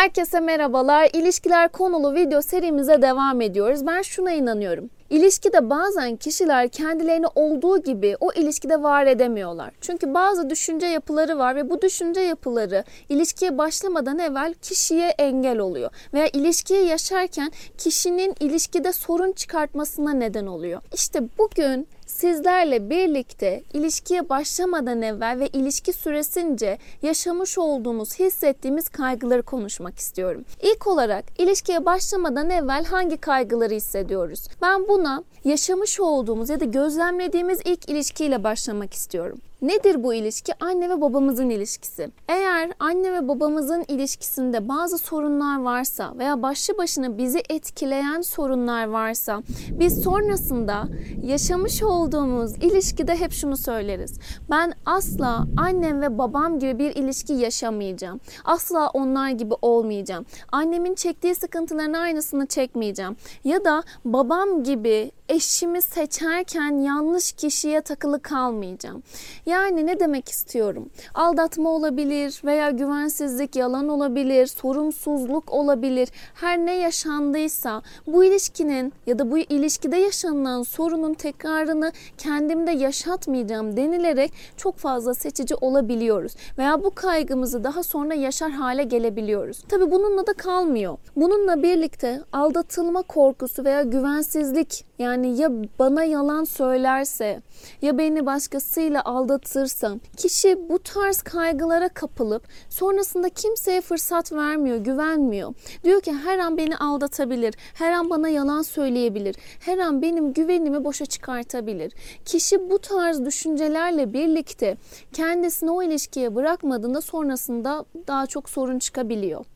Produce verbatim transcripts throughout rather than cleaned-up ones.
Herkese merhabalar. İlişkiler konulu video serimize devam ediyoruz. Ben şuna inanıyorum. İlişkide bazen kişiler kendilerini olduğu gibi o ilişkide var edemiyorlar. Çünkü bazı düşünce yapıları var ve bu düşünce yapıları ilişkiye başlamadan evvel kişiye engel oluyor. Veya ilişkiyi yaşarken kişinin ilişkide sorun çıkartmasına neden oluyor. İşte bugün sizlerle birlikte ilişkiye başlamadan evvel ve ilişki süresince yaşamış olduğumuz, hissettiğimiz kaygıları konuşmak istiyorum. İlk olarak ilişkiye başlamadan evvel hangi kaygıları hissediyoruz? Ben buna yaşamış olduğumuz ya da gözlemlediğimiz ilk ilişkiyle başlamak istiyorum. Nedir bu ilişki? Anne ve babamızın ilişkisi. Eğer anne ve babamızın ilişkisinde bazı sorunlar varsa veya başlı başına bizi etkileyen sorunlar varsa biz sonrasında yaşamış olduğumuz ilişkide hep şunu söyleriz. Ben asla annem ve babam gibi bir ilişki yaşamayacağım. Asla onlar gibi olmayacağım. Annemin çektiği sıkıntıların aynısını çekmeyeceğim. Ya da babam gibi eşimi seçerken yanlış kişiye takılı kalmayacağım. Yani ne demek istiyorum? Aldatma olabilir veya güvensizlik, yalan olabilir, sorumsuzluk olabilir. Her ne yaşandıysa bu ilişkinin ya da bu ilişkide yaşanılan sorunun tekrarını kendimde yaşatmayacağım denilerek çok fazla seçici olabiliyoruz. Veya bu kaygımızı daha sonra yaşar hale gelebiliyoruz. Tabii bununla da kalmıyor. Bununla birlikte aldatılma korkusu veya güvensizlik, yani ya bana yalan söylerse ya beni başkasıyla aldatırsa kişi bu tarz kaygılara kapılıp sonrasında kimseye fırsat vermiyor, güvenmiyor. Diyor ki her an beni aldatabilir, her an bana yalan söyleyebilir, her an benim güvenimi boşa çıkartabilir. Kişi bu tarz düşüncelerle birlikte kendisini o ilişkiye bırakmadığında sonrasında daha çok sorun çıkabiliyor.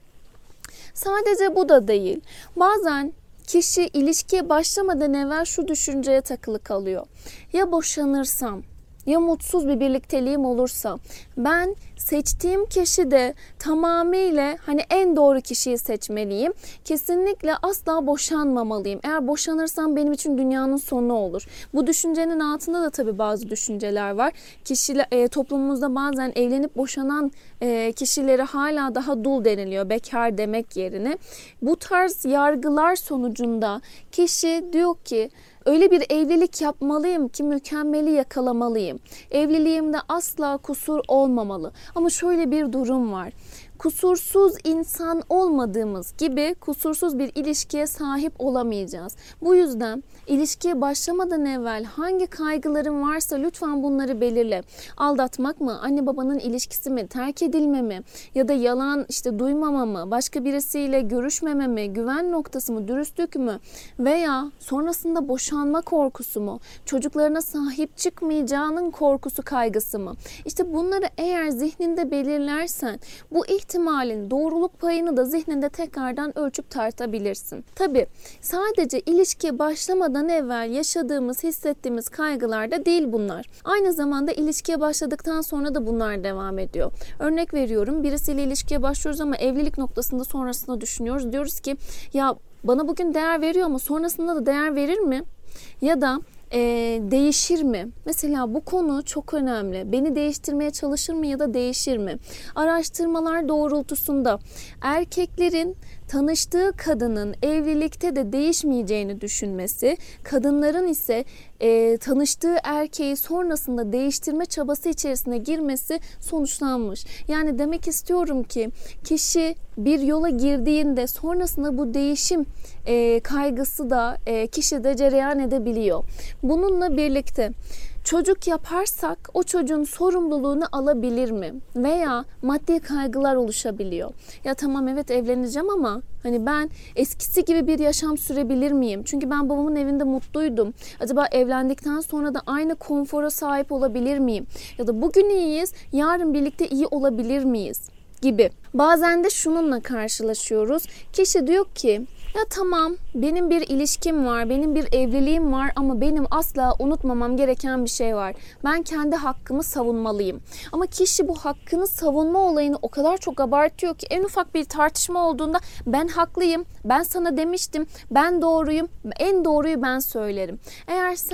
Sadece bu da değil. Bazen kişi ilişkiye başlamadan evvel şu düşünceye takılı kalıyor. Ya boşanırsam, ya mutsuz bir birlikteliğim olursa, ben seçtiğim kişi de tamamıyla hani en doğru kişiyi seçmeliyim. Kesinlikle asla boşanmamalıyım. Eğer boşanırsam benim için dünyanın sonu olur. Bu düşüncenin altında da tabii bazı düşünceler var. Kişiler, e, toplumumuzda bazen evlenip boşanan e, kişileri hala daha dul deniliyor. Bekar demek yerine. Bu tarz yargılar sonucunda kişi diyor ki öyle bir evlilik yapmalıyım ki mükemmeli yakalamalıyım. Evliliğimde asla kusur olmamalı. Ama şöyle bir durum var. Kusursuz insan olmadığımız gibi kusursuz bir ilişkiye sahip olamayacağız. Bu yüzden ilişkiye başlamadan evvel hangi kaygıların varsa lütfen bunları belirle. Aldatmak mı? Anne babanın ilişkisi mi? Terk edilme mi? Ya da yalan işte duymama mı? Başka birisiyle görüşmeme mi? Güven noktası mı? Dürüstlük mü? Veya sonrasında boşanma korkusu mu? Çocuklarına sahip çıkmayacağının korkusu, kaygısı mı? İşte bunları eğer zihninde belirlersen bu ihtimalin doğruluk payını da zihninde tekrardan ölçüp tartabilirsin. Tabii sadece ilişkiye başlamadan evvel yaşadığımız, hissettiğimiz kaygılar da değil bunlar. Aynı zamanda ilişkiye başladıktan sonra da bunlar devam ediyor. Örnek veriyorum, birisiyle ilişkiye başlıyoruz ama evlilik noktasında sonrasında düşünüyoruz. Diyoruz ki ya bana bugün değer veriyor ama sonrasında da değer verir mi? Ya da e, değişir mi? Mesela bu konu çok önemli. Beni değiştirmeye çalışır mı ya da değişir mi? Araştırmalar doğrultusunda erkeklerin tanıştığı kadının evlilikte de değişmeyeceğini düşünmesi, kadınların ise e, tanıştığı erkeği sonrasında değiştirme çabası içerisine girmesi sonuçlanmış. Yani demek istiyorum ki kişi bir yola girdiğinde sonrasında bu değişim e, kaygısı da e, kişide cereyan edebiliyor. Bununla birlikte çocuk yaparsak o çocuğun sorumluluğunu alabilir mi? Veya maddi kaygılar oluşabiliyor. Ya tamam evet evleneceğim ama hani ben eskisi gibi bir yaşam sürebilir miyim? Çünkü ben babamın evinde mutluydum. Acaba evlendikten sonra da aynı konfora sahip olabilir miyim? Ya da bugün iyiyiz, yarın birlikte iyi olabilir miyiz? Gibi. Bazen de şununla karşılaşıyoruz. Kişi diyor ki ya tamam benim bir ilişkim var, benim bir evliliğim var ama benim asla unutmamam gereken bir şey var. Ben kendi hakkımı savunmalıyım. Ama kişi bu hakkını savunma olayını o kadar çok abartıyor ki en ufak bir tartışma olduğunda ben haklıyım, ben sana demiştim, ben doğruyum, en doğruyu ben söylerim. Eğer sen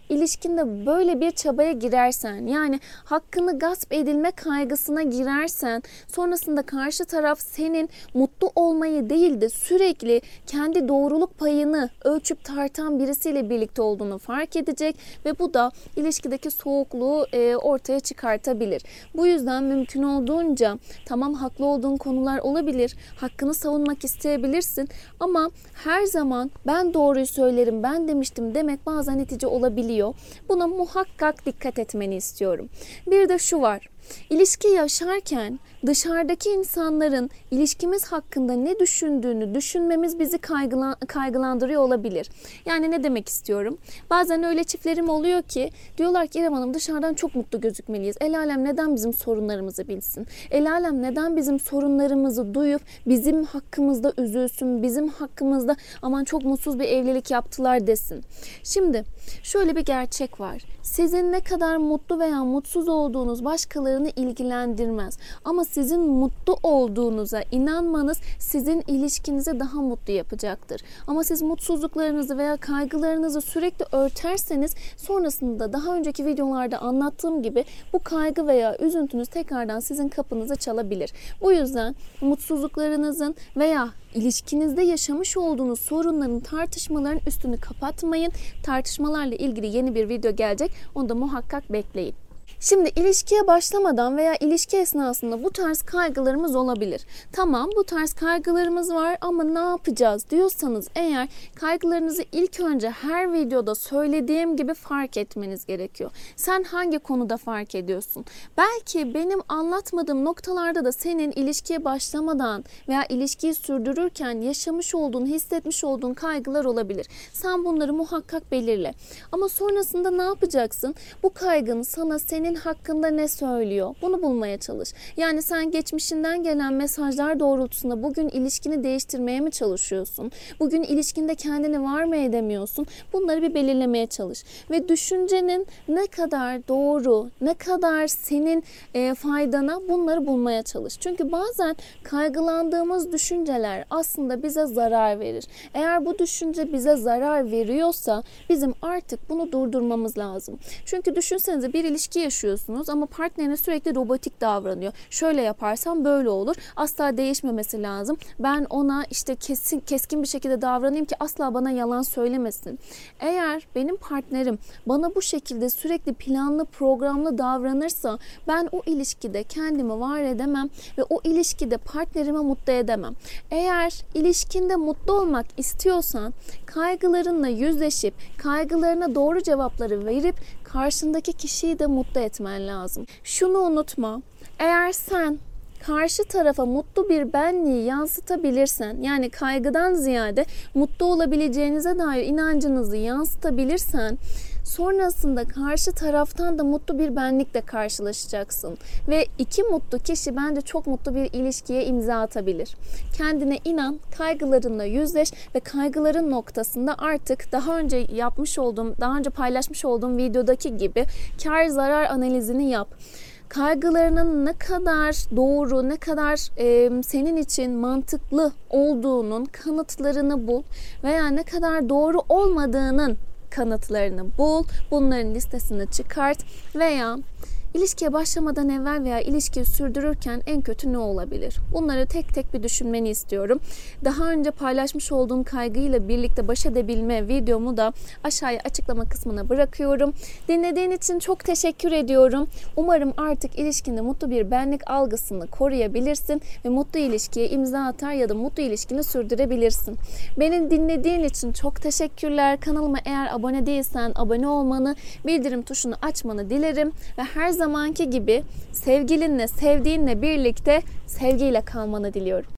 ilişkinde böyle bir çabaya girersen, yani hakkını gasp edilme kaygısına girersen, sonrasında karşı taraf senin mutlu olmayı değil de sürekli kendi doğruluk payını ölçüp tartan birisiyle birlikte olduğunu fark edecek ve bu da ilişkideki soğukluğu e, ortaya çıkartabilir. Bu yüzden mümkün olduğunca, tamam haklı olduğun konular olabilir, hakkını savunmak isteyebilirsin ama her zaman ben doğruyu söylerim, ben demiştim demek bazen itici olabiliyor. Buna muhakkak dikkat etmeni istiyorum. Bir de şu var. İlişki yaşarken dışarıdaki insanların ilişkimiz hakkında ne düşündüğünü düşünmemiz bizi kaygılan, kaygılandırıyor olabilir. Yani ne demek istiyorum? Bazen öyle çiftlerim oluyor ki diyorlar ki İrem Hanım dışarıdan çok mutlu gözükmeliyiz. El alem neden bizim sorunlarımızı bilsin? El alem neden bizim sorunlarımızı duyup bizim hakkımızda üzülsün, bizim hakkımızda aman çok mutsuz bir evlilik yaptılar desin. Şimdi şöyle bir gerçek var. Sizin ne kadar mutlu veya mutsuz olduğunuz başkalarını ilgilendirmez. Ama sizin mutlu olduğunuza inanmanız sizin ilişkinizi daha mutlu yapacaktır. Ama siz mutsuzluklarınızı veya kaygılarınızı sürekli örterseniz sonrasında daha önceki videolarda anlattığım gibi bu kaygı veya üzüntünüz tekrardan sizin kapınızı çalabilir. Bu yüzden mutsuzluklarınızın veya İlişkinizde yaşamış olduğunuz sorunların, tartışmaların üstünü kapatmayın. Tartışmalarla ilgili yeni bir video gelecek. Onu da muhakkak bekleyin. Şimdi ilişkiye başlamadan veya ilişki esnasında bu tarz kaygılarımız olabilir. Tamam, bu tarz kaygılarımız var ama ne yapacağız diyorsanız eğer, kaygılarınızı ilk önce her videoda söylediğim gibi fark etmeniz gerekiyor. Sen hangi konuda fark ediyorsun? Belki benim anlatmadığım noktalarda da senin ilişkiye başlamadan veya ilişkiyi sürdürürken yaşamış olduğun, hissetmiş olduğun kaygılar olabilir. Sen bunları muhakkak belirle. Ama sonrasında ne yapacaksın? Bu kaygın sana senin hakkında ne söylüyor? Bunu bulmaya çalış. Yani sen geçmişinden gelen mesajlar doğrultusunda bugün ilişkini değiştirmeye mi çalışıyorsun? Bugün ilişkinde kendini var mı edemiyorsun? Bunları bir belirlemeye çalış. Ve düşüncenin ne kadar doğru, ne kadar senin e, faydana, bunları bulmaya çalış. Çünkü bazen kaygılandığımız düşünceler aslında bize zarar verir. Eğer bu düşünce bize zarar veriyorsa bizim artık bunu durdurmamız lazım. Çünkü düşünsenize, bir ilişki yaşıyorsunuz ama partnerine sürekli robotik davranıyor. Şöyle yaparsam böyle olur. Asla değişmemesi lazım. Ben ona işte kesin keskin bir şekilde davranayım ki asla bana yalan söylemesin. Eğer benim partnerim bana bu şekilde sürekli planlı, programlı davranırsa ben o ilişkide kendimi var edemem ve o ilişkide partnerimi mutlu edemem. Eğer ilişkinde mutlu olmak istiyorsan kaygılarınla yüzleşip kaygılarına doğru cevapları verip karşındaki kişiyi de mutlu etmen lazım. Şunu unutma. Eğer sen karşı tarafa mutlu bir benliği yansıtabilirsen, yani kaygıdan ziyade mutlu olabileceğinize dair inancınızı yansıtabilirsen, sonrasında karşı taraftan da mutlu bir benlikle karşılaşacaksın. Ve iki mutlu kişi bence çok mutlu bir ilişkiye imza atabilir. Kendine inan, kaygılarınla yüzleş ve kaygıların noktasında artık daha önce yapmış olduğum, daha önce paylaşmış olduğum videodaki gibi kar zarar analizini yap. Kaygılarının ne kadar doğru, ne kadar e, senin için mantıklı olduğunun kanıtlarını bul veya ne kadar doğru olmadığının kanıtlarını bul. Bunların listesini çıkart veya İlişkiye başlamadan evvel veya ilişkiyi sürdürürken en kötü ne olabilir? Bunları tek tek bir düşünmeni istiyorum. Daha önce paylaşmış olduğum kaygıyla birlikte baş edebilme videomu da aşağıya açıklama kısmına bırakıyorum. Dinlediğin için çok teşekkür ediyorum. Umarım artık ilişkinde mutlu bir benlik algısını koruyabilirsin ve mutlu ilişkiye imza atar ya da mutlu ilişkini sürdürebilirsin. Beni dinlediğin için çok teşekkürler. Kanalıma eğer abone değilsen abone olmanı, bildirim tuşunu açmanı dilerim ve her zamanki gibi sevgilinle, sevdiğinle birlikte sevgiyle kalmanı diliyorum.